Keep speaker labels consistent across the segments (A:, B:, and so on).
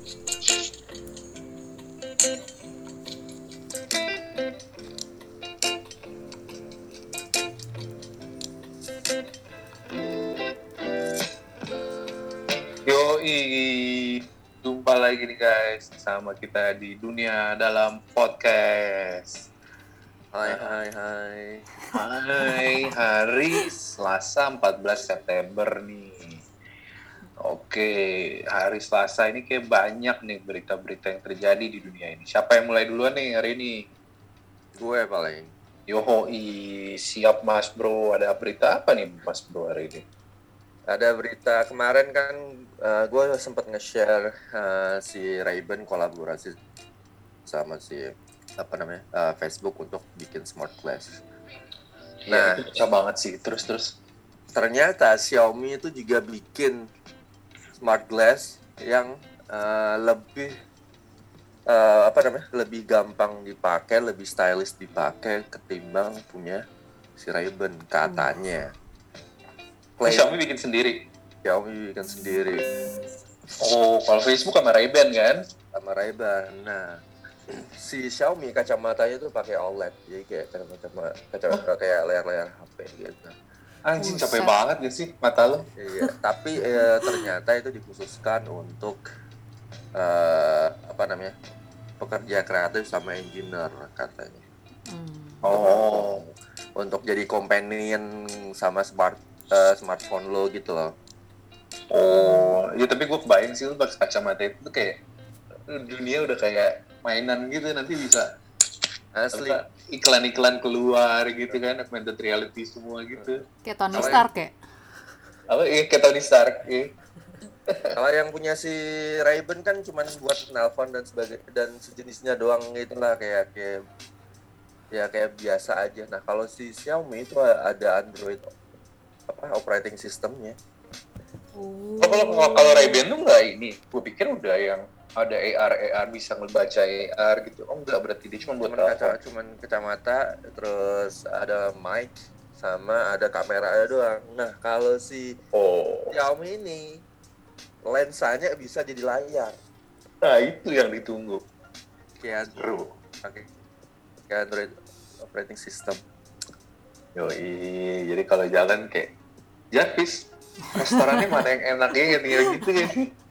A: Yoi, jumpa lagi nih guys sama kita di Dunia Dalam Podcast.
B: Hai.
A: Hai, hari Selasa 14 September nih. Oke, hari Selasa ini kayak banyak nih berita-berita yang terjadi di dunia ini. Siapa yang mulai duluan nih hari ini?
B: Gue paling.
A: Yoi, siap Mas Bro. Ada berita apa nih Mas Bro hari ini?
B: Ada berita kemarin kan gue sempat nge-share si Ray-Ban kolaborasi sama si Facebook untuk bikin smart glass.
A: Nah, itu bisa banget sih. Terus.
B: Ternyata Xiaomi itu juga bikin smart glass yang lebih gampang dipakai, lebih stylish dipakai ketimbang punya si Ray-Ban katanya.
A: Xiaomi bikin sendiri. Oh, kalau Facebook sama Ray-Ban kan?
B: Sama Ray-Ban. Nah, si Xiaomi kacamatanya tuh pakai OLED, jadi kayak kacamata kayak layar HP gitu.
A: Anjing capek banget gak sih mata lo?
B: Iya, tapi ternyata itu dikhususkan untuk pekerja kreatif sama engineer katanya.
A: Oh,
B: untuk jadi companion sama smartphone lo gitu loh.
A: Oh, ya tapi gue kebayang sih lo pakai kacamata itu tuh kayak dunia udah kayak mainan gitu, nanti bisa
B: Asli
A: iklan-iklan keluar gitu kan, augmented reality semua gitu.
C: Kayak Tony Stark ya?
A: Apa? Iya, kayak Tony Stark.
B: Kalau yang punya si Ray-Ban kan cuma buat nelpon dan sejenisnya doang itulah kayak biasa aja. Nah, kalau si Xiaomi itu ada Android operating systemnya.
A: Kalau Ray-Ban tuh nggak ini, gue pikir udah yang ada AR bisa ngebaca AR gitu. Oh enggak, berarti dia cuma buat
B: kacamata, terus ada mic sama ada kamera doang. Nah, kalau si Xiaomi ini lensanya bisa jadi layar.
A: Nah, itu yang ditunggu.
B: Kayak Android operating system.
A: Yoi, jadi kalau jalan kayak Jarvis, restorannya mana yang enaknya gitu ya.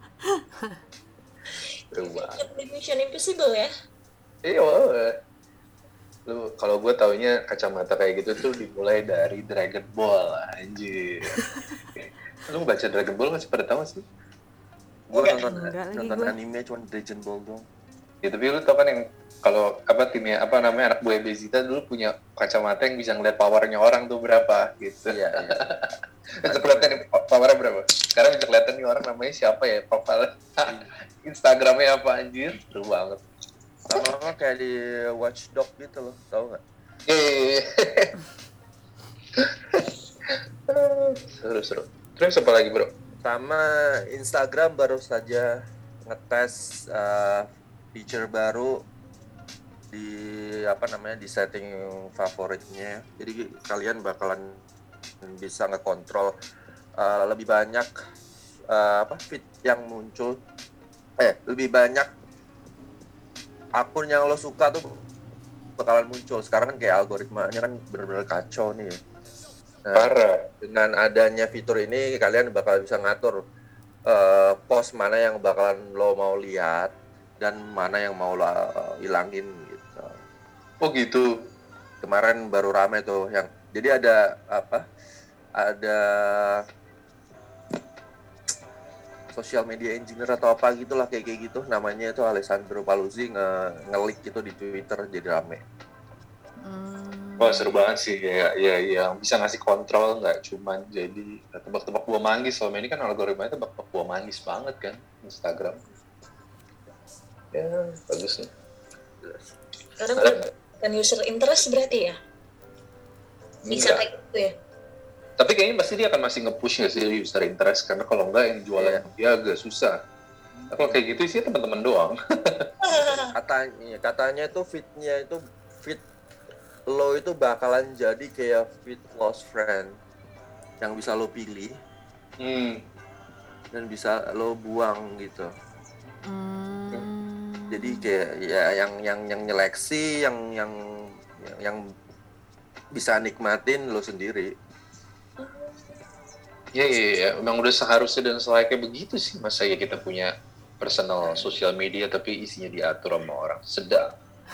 D: Mission Impossible ya?
A: Iya, lu kalau gue taunya kacamata kayak gitu tuh dimulai dari Dragon Ball, anjir. Lu baca Dragon Ball masih pada tahu sih?
B: Gue nonton anime cuma Dragon Ball dong.
A: Ya tapi lu tau kan yang kalau timnya anak buah Bezita dulu punya kacamata yang bisa ngeliat powernya orang tuh berapa gitu.
B: Iya.
A: Bisa kelihatan powernya berapa. Sekarang bisa kelihatan nih orang namanya siapa ya, profile Instagramnya apa, anjir, seru banget.
B: Sama kayak di Watch Dogs gitu loh, tau nggak?
A: Seru. Terus apa lagi bro?
B: Sama Instagram baru saja ngetes feature baru di di setting favoritnya. Jadi kalian bakalan bisa ngekontrol lebih banyak feed yang muncul, lebih banyak akun yang lo suka tuh bakalan muncul. Sekarang kan kayak algoritmanya kan benar-benar kacau nih. Parah. Dengan adanya fitur ini kalian bakal bisa ngatur post mana yang bakalan lo mau lihat dan mana yang mau lo hilangin gitu.
A: Oh gitu.
B: Kemarin baru rame tuh yang jadi ada social media engineer atau apa gitulah kayak gitu, namanya itu Alessandro Paluzzi nge-leak itu di Twitter jadi rame.
A: Wah seru banget sih ya yang bisa ngasih kontrol, nggak cuman jadi tebak-tebak buah manggis. Selama ini kan algoritmanya tebak-tebak buah manggis banget kan Instagram. Ya bagus nih.
D: Sekarang bukan user interest berarti ya? Bisa kayak gitu ya?
A: Tapi kayaknya pasti dia akan masih nge-push nggak sih user interest, karena kalau nggak yang jualan dia agak susah. Nah, kalau kayak gitu sih teman-teman doang.
B: Katanya tuh feed-nya itu feed lo itu bakalan jadi kayak feed close friend yang bisa lo pilih dan bisa lo buang gitu. Jadi kayak ya yang nyeleksi, yang bisa nikmatin lo sendiri.
A: Iya, emang udah seharusnya dan selayaknya begitu sih. Masa ya kita punya personal sosial media tapi isinya diatur sama orang. Sedang.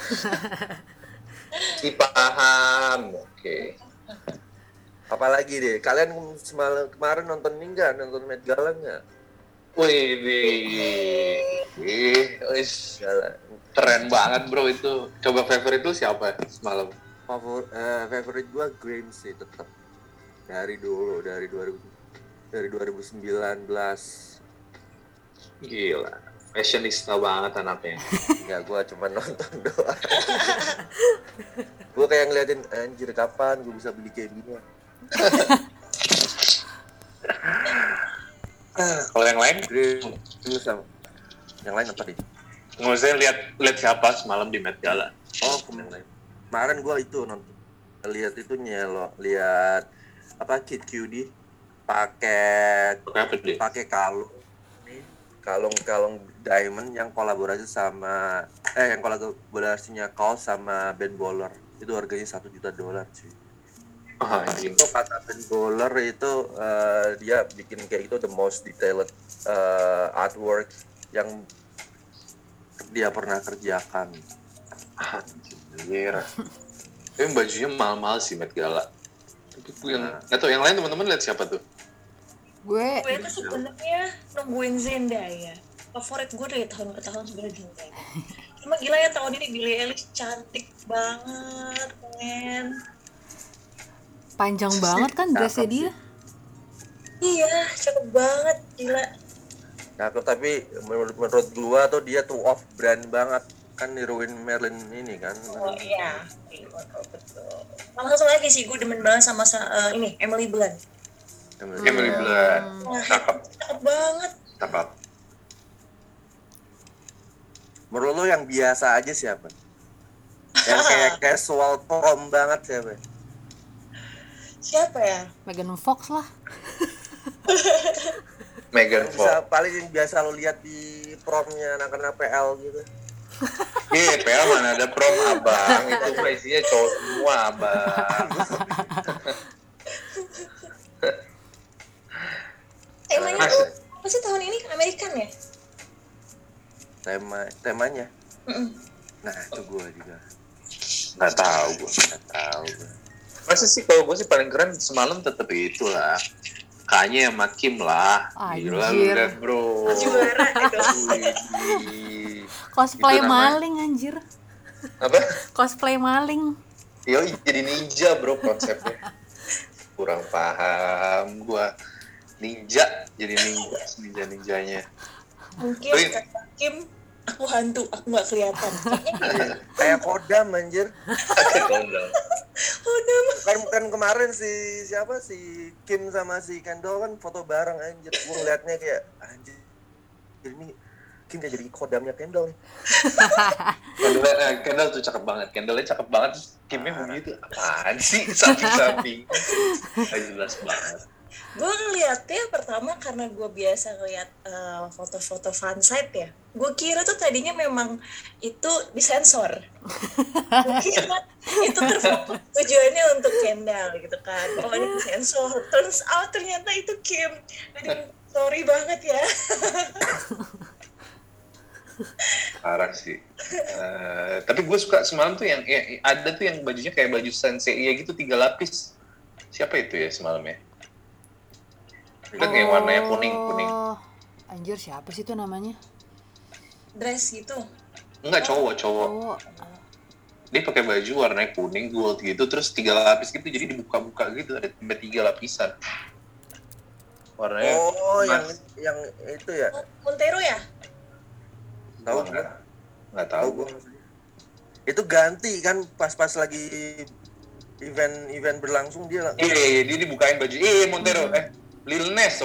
A: Si paham, oke.
B: Apalagi deh, kalian kemarin nonton ini nggak? Nonton Met Gala nggak?
A: Wih, wis
B: Gala.
A: keren banget bro itu. Coba favorite lu siapa semalam?
B: Favorite gua Green sih tetap. Dari dulu, dari 2019.
A: Gila, fashionista banget anaknya.
B: Ya gua cuma nonton doang. Gua kayak ngeliatin anjir kapan gua bisa beli kayak gini.
A: Kalau yang lain,
B: Green sama yang lain apa nih?
A: nggak usah lihat siapa semalam di Met Gala.
B: Oh, yang lain. Kemarin gua itu nonton, lihat itunya lo, lihat apa Kid Cudi pakai
A: Apa dia?
B: kalung diamond yang kolaborasi sama yang kolaborasinya kaos sama Ben Baller. Itu harganya $1 juta cuy.
A: Anjing.
B: Itu kata Ben Baller itu dia bikin kayak gitu the most detailed artwork yang dia pernah kerjakan.
A: Anjir. Tapi bajunya mahal-mahal sih Met Gala. Tapi gue yang nggak tahu yang lain teman-teman lihat siapa tuh?
D: Gue tuh sebenarnya nungguin Zendaya. Favorit gue dari tahun ke tahun sebenarnya Zendaya. Cuma gila ya tahun ini Billie Eilish cantik banget, men.
C: Panjang banget kan dressnya dia.
D: Iya, cakep banget, gila.
B: Nah, tapi menurut gua tuh dia tuh off brand banget, kan niruin Marilyn ini kan.
D: Oh iya, betul. Sama satu lagi sih, gue demen banget sama ini Emily Blunt.
A: Emily Blunt. Cakep.
D: Cakep banget.
A: Cakep.
B: Menurut lo yang biasa aja siapa? Yang kayak casual prom banget siapa?
D: Siapa ya?
C: Megan Fox lah.
A: Megan Fox.
B: Paling yang biasa lo lihat di promnya anak-anak PL gitu.
A: Iya, PL mana ada prom abang. Itu isinya cowok semua abang.
D: Temanya tuh apa sih tahun ini American ya?
B: Temanya.
D: Mm-mm.
B: Nah, itu gua juga.
A: Nggak tahu gue. Masa sih kalau gue sih paling keren semalam tetap itulah. Kayaknya sama Kim lah. Gila lu
C: Anjir.
A: liat bro.
D: Juara itu.
C: Cosplay
A: Itu namanya.
C: maling anjir.
A: Apa?
C: Cosplay maling.
A: Yoi, jadi ninja bro konsepnya. Kurang paham gue. Ninja, jadi ninja-ninjanya.
D: Mungkin
A: Tapi-
D: kata Kim, aku hantu, aku nggak kelihatan.
B: Kayak Kodam anjir.
D: Udah mah.
B: Kan kemarin si Kim sama si Kendall kan foto bareng anjir. Gua ngeliatnya kayak anjir ini Kim kayak jadi Kodamnya Kendall nih.
A: Kendall tuh cakep banget. Kendallnya cakep banget. Kimnya begitu. Apaan sih? Samping-samping. Gak jelas banget.
D: Gue ngeliatnya pertama karena gue biasa ngeliat foto-foto fansite ya. Gue kira tuh tadinya memang itu disensor. Gue kira itu tujuannya untuk Kendall gitu kan. Oh ini disensor. Turns out ternyata itu Kim. Aduh, sorry banget ya.
A: Parah sih. Tapi gue suka semalam tuh yang ada tuh yang bajunya kayak baju sensei gitu 3 lapis. Siapa itu ya semalamnya? Kan yang warnanya kuning.
C: Anjir siapa sih itu namanya?
D: Dress gitu.
A: Enggak, cowok.
C: Oh,
A: Dia pakai baju warnanya kuning gold gitu terus 3 lapis gitu jadi dibuka-buka gitu ada 3 lapisan. Warnanya
B: yang itu ya.
D: Montero ya?
B: Tahu
A: nggak tahu gue.
B: Itu ganti kan pas lagi event berlangsung dia
A: Dia dibukain baju. Montero. Lil Nas.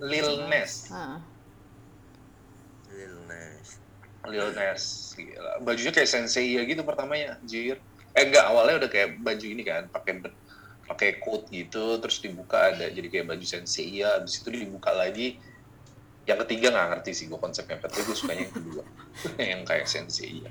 A: Lil Nas. Gila. Bajunya kayak sensei ya gitu pertamanya, anjir. Enggak, awalnya udah kayak baju ini kan, pakai coat gitu, terus dibuka ada jadi kayak baju sensei ya, habis itu dibuka lagi Yang ketiga nggak ngerti sih gue konsepnya, tapi gue sukanya yang kedua. Yang kayak Sensei ya.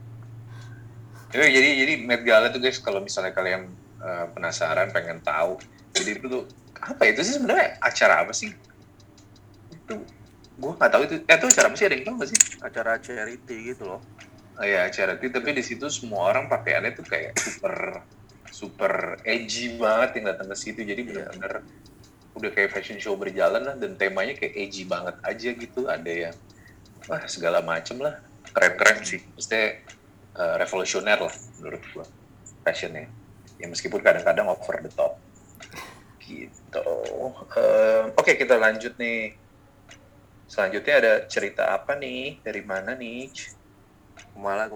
A: Jadi Met Gala tuh guys, kalau misalnya kalian penasaran pengen tahu, jadi itu tuh apa itu sih sebenarnya, acara apa sih? Itu gue nggak tahu itu acara apa sih, ada yang tahu nggak sih?
B: Acara charity gitu loh.
A: Oh ya charity, tapi di situ semua orang pakaiannya tuh kayak super edgy banget yang datang ke situ, jadi benar-benar udah kayak fashion show berjalan lah, dan temanya kayak edgy banget aja gitu, ada yang wah segala macem lah, keren-keren sih, maksudnya revolusioner lah menurut gua fashionnya, ya meskipun kadang-kadang over the top gitu. Oke, kita lanjut nih, selanjutnya ada cerita apa nih, dari mana nih?
B: Kumala.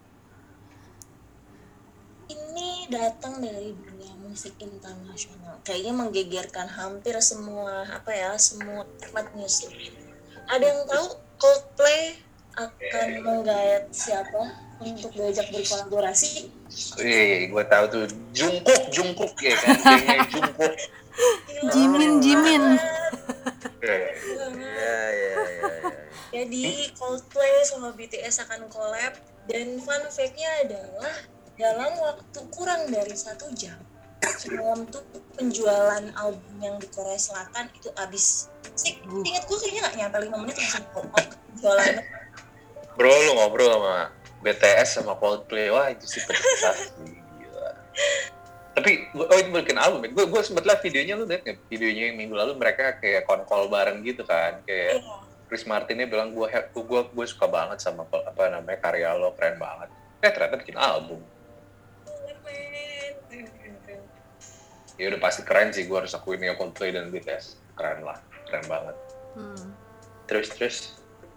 D: Ini datang dari dunia musik internasional. Kayaknya menggegerkan hampir semua semua format musik. Ada yang tahu Coldplay akan menggayat siapa untuk diajak berkolaborasi?
A: Gue tahu tuh Jungkook ya kan, gengnya Jungkook.
C: Jimin.
B: Ya.
D: Jadi Coldplay sama BTS akan collab, dan fun fact-nya adalah dalam waktu kurang dari 1 jam semalam tuh penjualan album yang di Korea Selatan itu habis. Ingat gue kayaknya nggak nyampe 5 menit langsung pop-up penjualannya.
A: Bro, lu ngobrol sama BTS sama Coldplay, wah itu sih pedas gila. Tapi itu bikin album ya. Gue sempet lihat videonya, lu lihat nggak videonya yang minggu lalu, mereka kayak konkol bareng gitu kan, kayak Chris Martinnya bilang gue suka banget sama karya lo, keren banget. Ternyata bikin album. Ya udah pasti keren sih, gue harus akuin ya, Coldplay dan BTS keren banget. Terus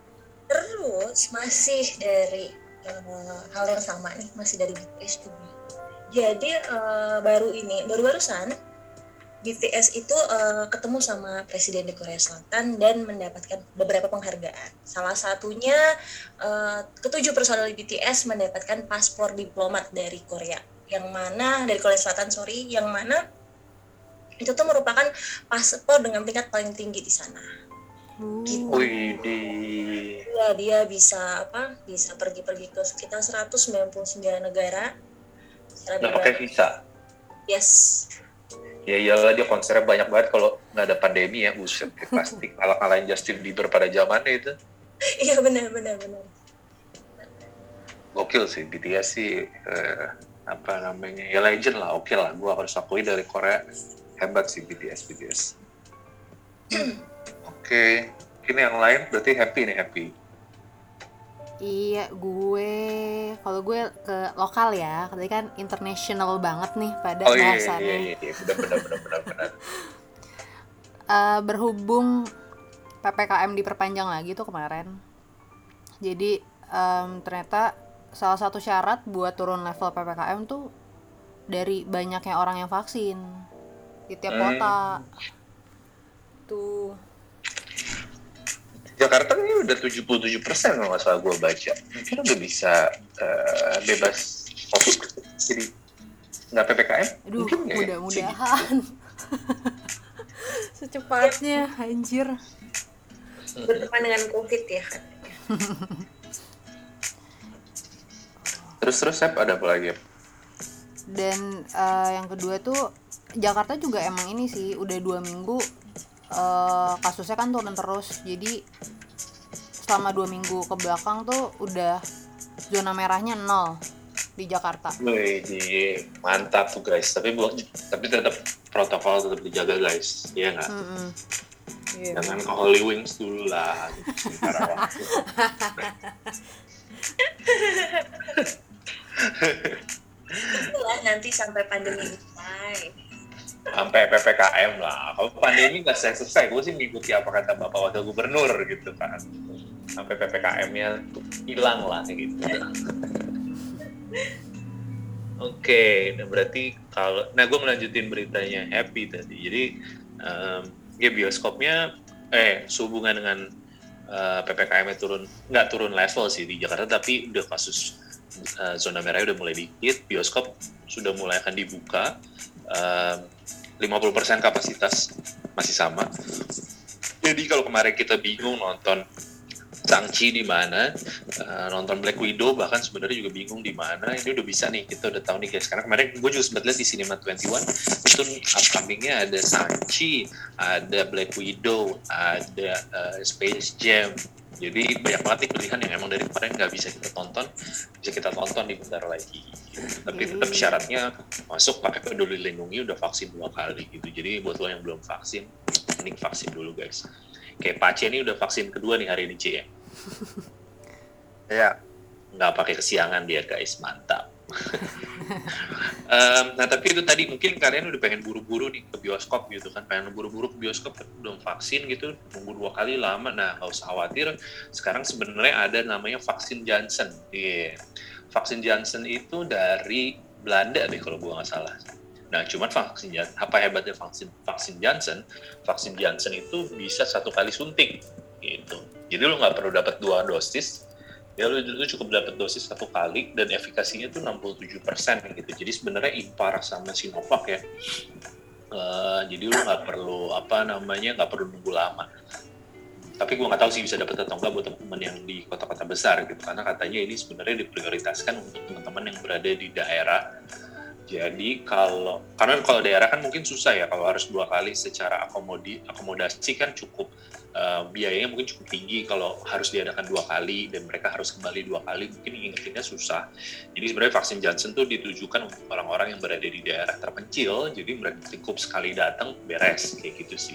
D: masih dari hal yang sama nih, masih dari BTS juga. Jadi barusan BTS itu ketemu sama presiden di Korea Selatan dan mendapatkan beberapa penghargaan. Salah satunya ke-7 personel BTS mendapatkan paspor diplomat dari Korea Selatan, yang mana itu tuh merupakan paspor dengan tingkat paling tinggi di sana. Gitu. Ya, dia bisa pergi-pergi ke sekitar 199 negara.
A: Nggak pakai visa?
D: Yes.
A: Ya iyalah, dia konsernya banyak banget kalau nggak ada pandemi ya, buset, pasti kalah-kalahin Justin Bieber pada zamannya itu.
D: Iya benar.
A: Gokil sih, BTS sih ya legend lah, oke lah, gue harus akui dari Korea hebat sih BTS. Oke. Ini yang lain berarti happy.
C: Iya, kalau gue ke lokal ya, tadi kan international banget nih pada bahasannya.
A: Iya, benar.
C: Berhubung PPKM diperpanjang lagi tuh kemarin, jadi ternyata salah satu syarat buat turun level PPKM tuh dari banyaknya orang yang vaksin di tiap kota. Tuh.
A: Jakarta ini udah 77% kalau nggak salah gue baca. Mungkin udah bisa bebas COVID, jadi nggak PPKM.
C: Aduh,
A: mungkin
C: mudah-mudahan. Secepatnya, anjir.
D: Berteman dengan COVID ya.
A: Terus Sep, ada apa lagi?
C: Dan yang kedua tuh Jakarta juga emang ini sih udah 2 minggu kasusnya kan turun terus, jadi selama 2 minggu ke belakang tuh udah zona merahnya 0 di Jakarta.
A: Wih, mantap tuh guys. Tapi tetap protokol tetap dijaga guys, ya nggak?
C: Yeah.
A: Jangan ke Holy Wings dulu lah, sementara waktu.
D: Itulah nanti sampai pandemi selesai.
A: Sampai PPKM lah. Kalau pandemi nggak selesai, gue sih mengikuti apa kata Bapak Wakil Gubernur gitu kan. Sampai PPKM-nya hilang lah gitu. Oke, nah berarti gue melanjutin beritanya Happy tadi. Jadi bioskopnya sehubungan dengan PPKM-nya nggak turun level sih di Jakarta, tapi udah kasus zona merahnya udah mulai dikit, bioskop sudah mulai akan dibuka. 50% kapasitas masih sama. Jadi kalau kemarin kita bingung nonton Shang-Chi di mana, nonton Black Widow bahkan sebenarnya juga bingung di mana, ini udah bisa nih, kita udah tahu nih guys. Karena kemarin gue juga sempat lihat di Cinema 21 itu upcomingnya ada Shang-Chi, ada Black Widow, ada Space Jam. Jadi banyak banget nih pilihan yang emang dari kemarin nggak bisa kita tonton di bentar lagi. Tapi tetap syaratnya masuk pakai peduli lindungi, udah vaksin 2 kali gitu. Jadi buat lo yang belum vaksin, mending vaksin dulu guys. Kayak Pace ini udah vaksin kedua nih hari ini, C ya?
B: Ya.
A: Nggak pakai kesiangan dia guys, mantap. Nah tapi itu tadi mungkin kalian udah pengen buru-buru nih ke bioskop gitu kan, pengen buru-buru ke bioskop tapi belum vaksin gitu, nunggu 2 kali lama. Nah nggak usah khawatir, sekarang sebenarnya ada namanya vaksin Janssen. Vaksin Janssen itu dari Belanda deh kalau gue nggak salah. Nah, cuman apa hebatnya vaksin Janssen? Vaksin Janssen itu bisa 1 kali suntik, gitu. Jadi lo nggak perlu dapat 2 dosis, ya lo cukup dapat dosis 1 kali dan efikasinya tuh 67% gitu. Jadi sebenarnya impar sama Sinovac ya. Jadi lo nggak perlu nggak perlu nunggu lama. Tapi gue nggak tahu sih bisa dapat atau nggak buat teman-teman yang di kota-kota besar gitu, karena katanya ini sebenarnya diprioritaskan untuk teman-teman yang berada di daerah. Jadi karena kalau daerah kan mungkin susah ya, kalau harus 2 kali secara akomodasi kan cukup biayanya mungkin cukup tinggi kalau harus diadakan 2 kali dan mereka harus kembali 2 kali, mungkin ingetinnya susah. Jadi sebenarnya vaksin Janssen tuh ditujukan untuk orang-orang yang berada di daerah terpencil, jadi mereka cukup sekali datang beres kayak gitu sih.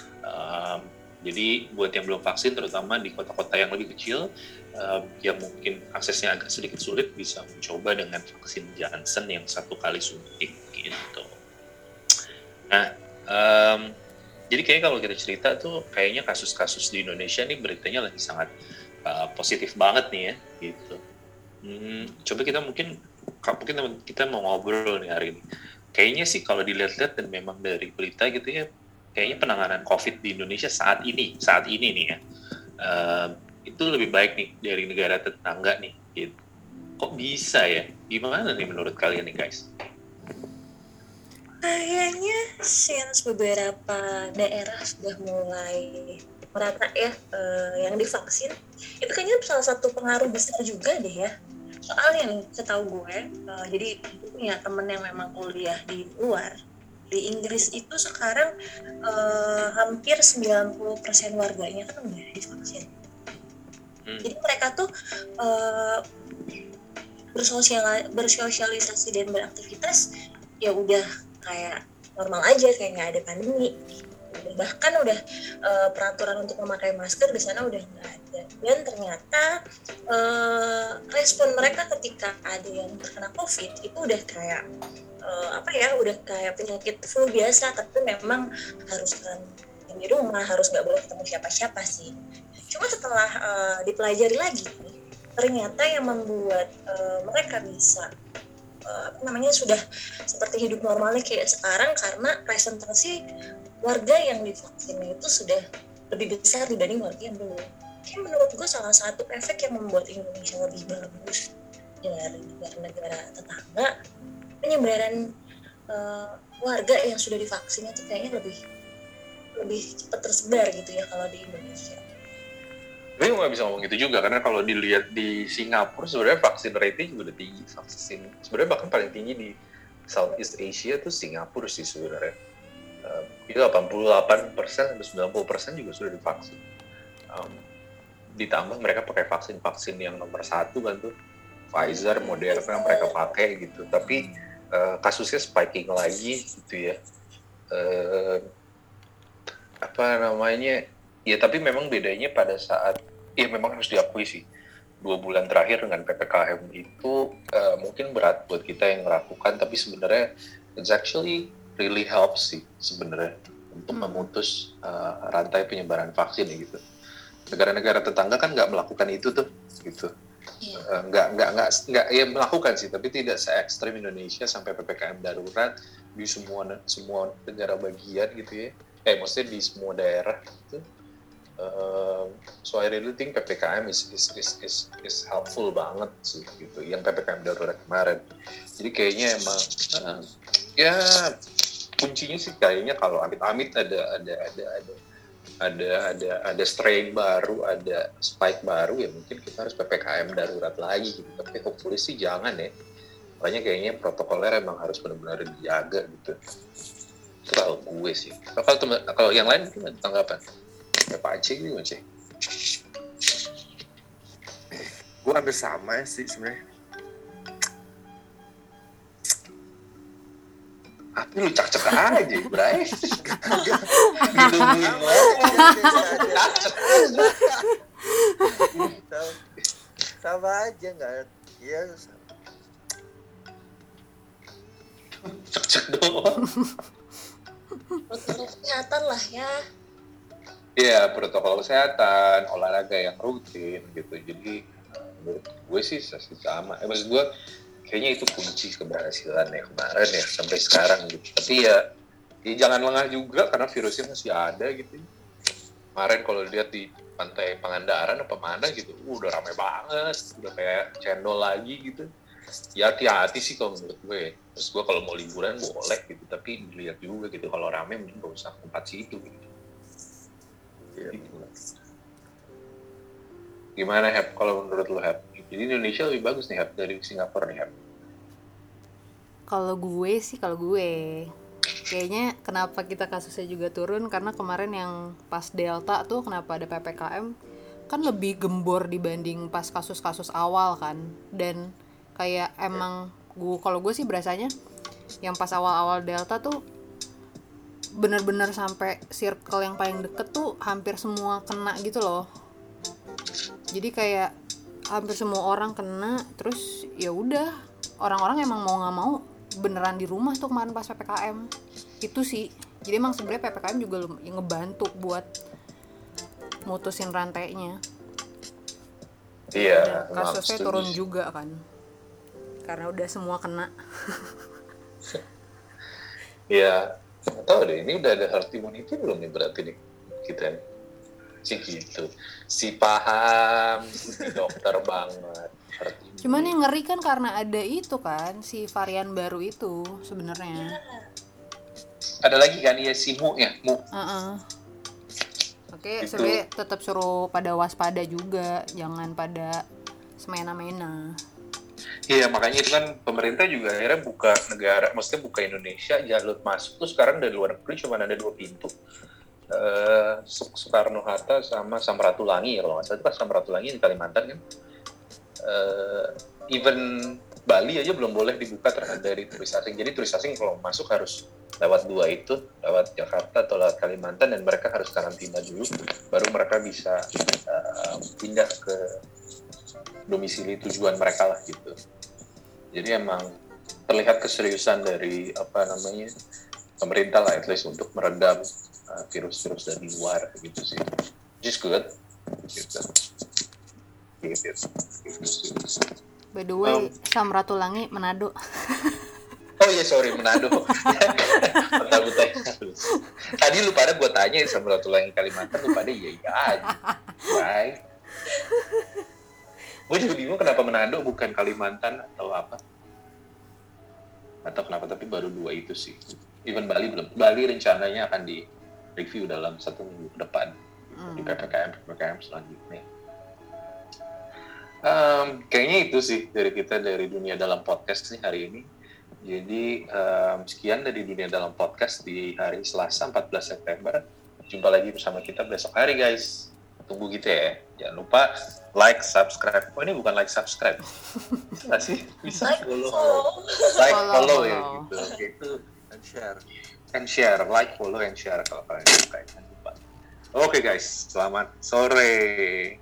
A: Jadi buat yang belum vaksin, terutama di kota-kota yang lebih kecil, yang mungkin aksesnya agak sedikit sulit, bisa mencoba dengan vaksin Janssen yang 1 kali suntik gitu. Nah, jadi kayaknya kalau kita cerita tuh, kayaknya kasus-kasus di Indonesia nih beritanya lagi sangat positif banget nih ya, gitu. Coba kita mau ngobrol nih hari ini. Kayaknya sih kalau dilihat-lihat dan memang dari berita gitu ya, kayaknya penanganan COVID di Indonesia saat ini nih ya, itu lebih baik nih dari negara tetangga nih. Gitu. Kok bisa ya? Gimana nih menurut kalian nih guys?
D: Kayaknya since beberapa daerah sudah mulai merata ya yang divaksin, itu kayaknya salah satu pengaruh besar juga deh ya. Soalnya nih, setahu gue, jadi gue punya temen yang memang kuliah di luar. Di Inggris itu sekarang hampir 90% warganya kan udah divaksin. Jadi mereka tuh bersosialisasi dan beraktivitas ya udah kayak normal aja, kayak nggak ada pandemi. Bahkan udah peraturan untuk memakai masker di sana udah nggak ada. Dan ternyata respon mereka ketika ada yang terkena COVID itu udah kayak udah kayak penyakit flu biasa, tapi memang harus di rumah, harus nggak boleh ketemu siapa-siapa sih. Cuma setelah dipelajari lagi, ternyata yang membuat mereka bisa sudah seperti hidup normalnya kayak sekarang karena presentasi warga yang divaksin itu sudah lebih besar dibanding warga yang belum. Kayak menurut gue salah satu efek yang membuat Indonesia lebih bagus dari negara-negara tetangga, penyebaran warga yang sudah divaksin itu kayaknya lebih cepat tersebar gitu ya kalau di Indonesia.
A: Tapi nggak bisa ngomong gitu juga, karena kalau dilihat di Singapura sebenarnya vaksin rate-nya juga udah tinggi. Sebenarnya bahkan paling tinggi di Southeast Asia tuh Singapura sih sebenarnya. Itu 88% sampai 90% juga sudah divaksin. Ditambah mereka pakai vaksin yang nomor 1 kan tuh, Pfizer, Moderna mereka pakai gitu. Tapi kasusnya spiking lagi gitu ya. Ya tapi memang bedanya pada saat, ya memang harus diakui sih, 2 bulan terakhir dengan PPKM itu mungkin berat buat kita yang melakukan, tapi sebenarnya it's actually really helps sih sebenarnya untuk memutus rantai penyebaran vaksin ya gitu. Negara-negara tetangga kan nggak melakukan itu tuh gitu. Nggak ya melakukan sih, tapi tidak se-ekstrem Indonesia sampai PPKM darurat di semua negara bagian gitu ya. Maksudnya di semua daerah gitu. So I really think PPKM is helpful banget sih gitu, yang PPKM darurat kemarin. Jadi kayaknya emang ya kuncinya sih kayaknya kalau amit-amit ada ada strain baru, ada spike baru, ya mungkin kita harus PPKM darurat lagi gitu. Tapi hopefully sih jangan ya. Makanya kayaknya protokolnya emang harus benar-benar dijaga gitu. Itu kalau gue sih. Kalau yang lain gimana tanggapan? Pak Aceh gimana sih?
B: Gue hampir sama sih sebenarnya.
A: Tapi lu cak-cak aja, Bray.
B: Sama aja nggak? Iya.
A: Cak-cak doang.
D: Protokol kesehatan lah ya.
A: Iya, protokol kesehatan, olahraga yang rutin gitu. Jadi menurut gue sih sama. Maksud gue kayaknya itu kunci keberhasilan ya kemarin ya sampai sekarang gitu. Tapi ya jangan lengah juga karena virusnya masih ada gitu. Kemarin kalau lihat di pantai Pangandaran apa mana gitu, udah ramai banget, udah kayak cendol lagi gitu. Ya hati-hati sih kalau menurut gue. Terus gue kalau mau liburan boleh gitu, tapi dilihat juga gitu. Kalau ramai mending gak usah tempat situ gitu.
B: Iya.
A: Gimana Hep kalau menurut lu Hep? Jadi Indonesia lebih bagus nih Hep dari Singapura nih Hep.
C: Kalau gue kayaknya kenapa kita kasusnya juga turun karena kemarin yang pas Delta tuh kenapa ada PPKM kan lebih gembor dibanding pas kasus-kasus awal kan. Dan kayak emang kalau gue sih berasanya yang pas awal-awal Delta tuh bener-bener sampai circle yang paling deket tuh hampir semua kena gitu loh. Jadi kayak hampir semua orang kena, terus ya udah orang-orang emang mau nggak mau beneran di rumah tuh kemarin pas PPKM itu sih. Jadi emang sebenarnya PPKM juga ngebantu buat mutusin rantainya.
A: Iya.
C: Dan kasusnya turun juga kan, karena udah semua kena.
A: Iya. Nggak tahu deh, ini udah ada herd immunity belum nih berarti nih kita nih. Si gitu, si paham, si dokter banget.
C: Cuman yang ngeri kan karena ada itu kan si varian baru itu sebenarnya.
A: Ada lagi kan ya si Mu ya, Mu.
C: Oke, sebenarnya tetap suruh pada waspada juga, jangan pada semena-mena.
A: Iya, makanya itu kan pemerintah juga akhirnya buka negara, maksudnya buka Indonesia, jalur masuk tuh sekarang dari luar negeri cuma ada 2 pintu. Soekarno-Hatta sama Samratulangi ya kalau nggak salah, itu pas Samratulangi di Kalimantan kan. Even Bali aja belum boleh dibuka terhadap dari turis asing. Jadi turis asing kalau masuk harus lewat 2 itu, lewat Jakarta atau lewat Kalimantan, dan mereka harus karantina dulu, baru mereka bisa pindah ke domisili tujuan mereka lah gitu. Jadi emang terlihat keseriusan dari pemerintah lah, at least untuk meredam virus-virus dari luar gitu sih. Which is good. Gitu.
C: By the way, Samratulangi Manado.
A: Oh iya, sorry, Manado. Tadi lu pada gue tanya Samratulangi Kalimantan, lu pada iya aja. Bye. Gue juga bingung kenapa Manado bukan Kalimantan atau apa. Atau kenapa, tapi baru 2 itu sih. Even Bali belum. Bali rencananya akan di-review dalam 1 minggu ke depan. Di PPKM selanjutnya. Kayaknya itu sih dari kita dari Dunia Dalam Podcast nih hari ini. Jadi sekian dari Dunia Dalam Podcast di hari Selasa 14 September. Jumpa lagi bersama kita besok hari guys. Tunggu gitu ya. Jangan lupa like, subscribe. Oh ini bukan like, subscribe. Bisa nggak sih? Bisa.
D: Like, follow.
A: Like, follow ya gitu. Oke, itu
B: And share.
A: and share. Like, follow, and share kalau kalian suka. Jangan lupa. Oke guys, selamat sore.